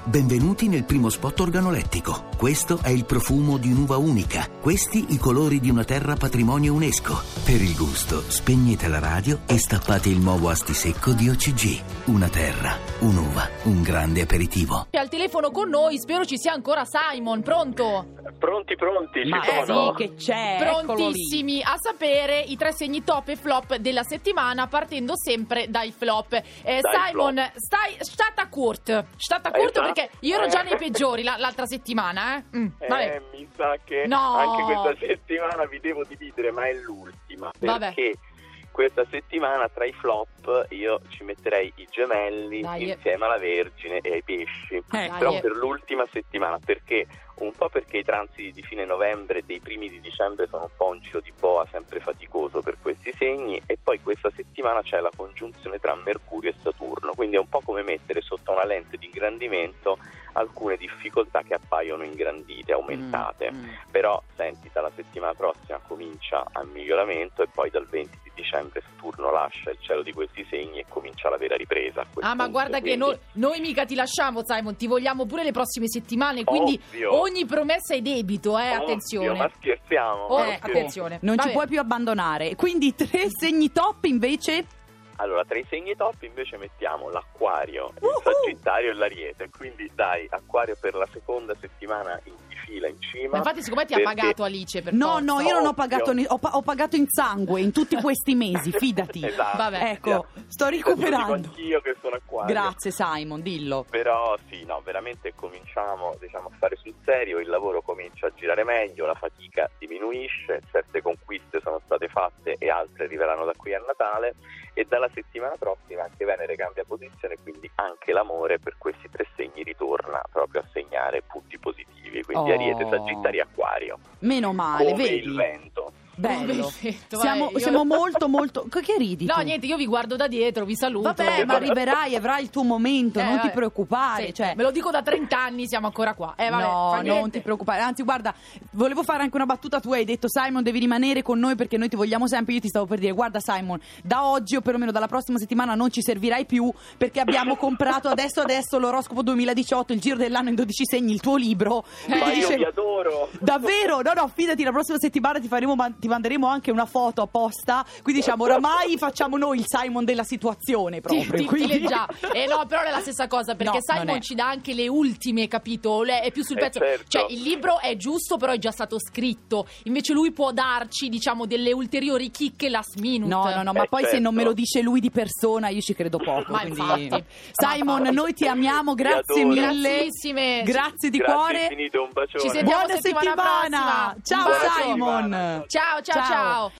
Benvenuti nel primo spot organolettico. Questo è il profumo di un'uva unica. Questi i colori di una terra patrimonio UNESCO. Per il gusto, spegnete la radio e stappate il nuovo astisecco di OCG. Una terra, un'uva, un grande aperitivo. Al telefono con noi, spero ci sia ancora Simon. Pronto? Pronti, Ma ci sono. sì che c'è, Prontissimi a sapere i 3 segni top e flop della settimana, partendo sempre dai flop. Simon, flop. stata curta perché io ero già nei peggiori l'altra settimana. Vabbè. Mi sa che No. anche questa settimana vi devo dividere, ma è l'ultima. Vabbè. Perché questa settimana tra i flop io ci metterei i gemelli insieme alla Vergine e ai pesci. Però per l'ultima settimana, perché un po' perché i transiti di fine novembre e dei primi di dicembre sono un po' un giro di boa sempre faticoso per questi segni, e poi questa settimana c'è la congiunzione tra Mercurio e Saturno, quindi è un po' come mettere sotto una lente di ingrandimento alcune difficoltà che appaiono ingrandite, aumentate. Però senti, dalla settimana prossima comincia al miglioramento e poi dal 20 di dicembre Saturno lascia il cielo di questi segni e comincia la vera ripresa. Ma guarda che noi mica ti lasciamo, Simon, ti vogliamo pure le prossime settimane, quindi ogni promessa è debito, attenzione. Ovvio, ma scherziamo. Attenzione. Non ci puoi più abbandonare. Quindi 3 segni top invece? Allora, tra i segni top invece mettiamo l'Acquario, il Sagittario e l'Ariete. Quindi dai, Acquario per la seconda settimana in fila in cima. Ma infatti secondo me ti ha pagato Alice per No, forza. no, io non ho pagato, ho pagato in sangue in tutti questi mesi, fidati. Esatto. Vabbè. Ecco, sto recuperando. Lo dico anch'io che sono Acquario. Grazie Simon, dillo. Però sì, no, veramente cominciamo a fare sul serio, il lavoro comincia a girare meglio, la fatica diminuisce, certe conquiste sono state fatte e altre arriveranno da qui a Natale, e dalla settimana prossima anche Venere cambia posizione, quindi anche l'amore per questi 3 segni ritorna proprio a segnare punti positivi, quindi Ariete, Sagittario, Acquario. Meno male, come vedi? il vento. Bello. Perfetto, Siamo molto che ridi No, tu? niente, io vi guardo da dietro, vi saluto. Vabbè, ma arriverai, avrai il tuo momento, non ti preoccupare. Sì, cioè. me lo dico da 30 anni, siamo ancora qua. Vabbè, No, non ti preoccupare. Anzi, guarda, volevo fare anche una battuta. Tu hai detto, Simon, devi rimanere con noi perché noi ti vogliamo sempre. Io ti stavo per dire, guarda Simon, da oggi o perlomeno dalla prossima settimana non ci servirai più, perché abbiamo comprato adesso l'oroscopo 2018, il giro dell'anno in 12 segni, il tuo libro. Ma io vi adoro. Davvero? No, fidati, la prossima settimana ti manderemo anche una foto apposta. Quindi diciamo, oramai facciamo noi il Simon della situazione proprio. Quindi già. No, però è la stessa cosa, perché No, Simon ci dà anche le ultime, capito? È più sul pezzo. Certo. Cioè, il libro è giusto, però è già stato scritto. Invece lui può darci, diciamo, delle ulteriori chicche last minute. No, ma poi se non me lo dice lui di persona io ci credo poco. Ma quindi... infatti. Simon, noi ti amiamo, grazie adoro. mille. Grazie Grazie di Grazie cuore. infinite, un bacione. Ci sentiamo Buona settimana prossima. Ciao Un bacio. Simon. Ciao.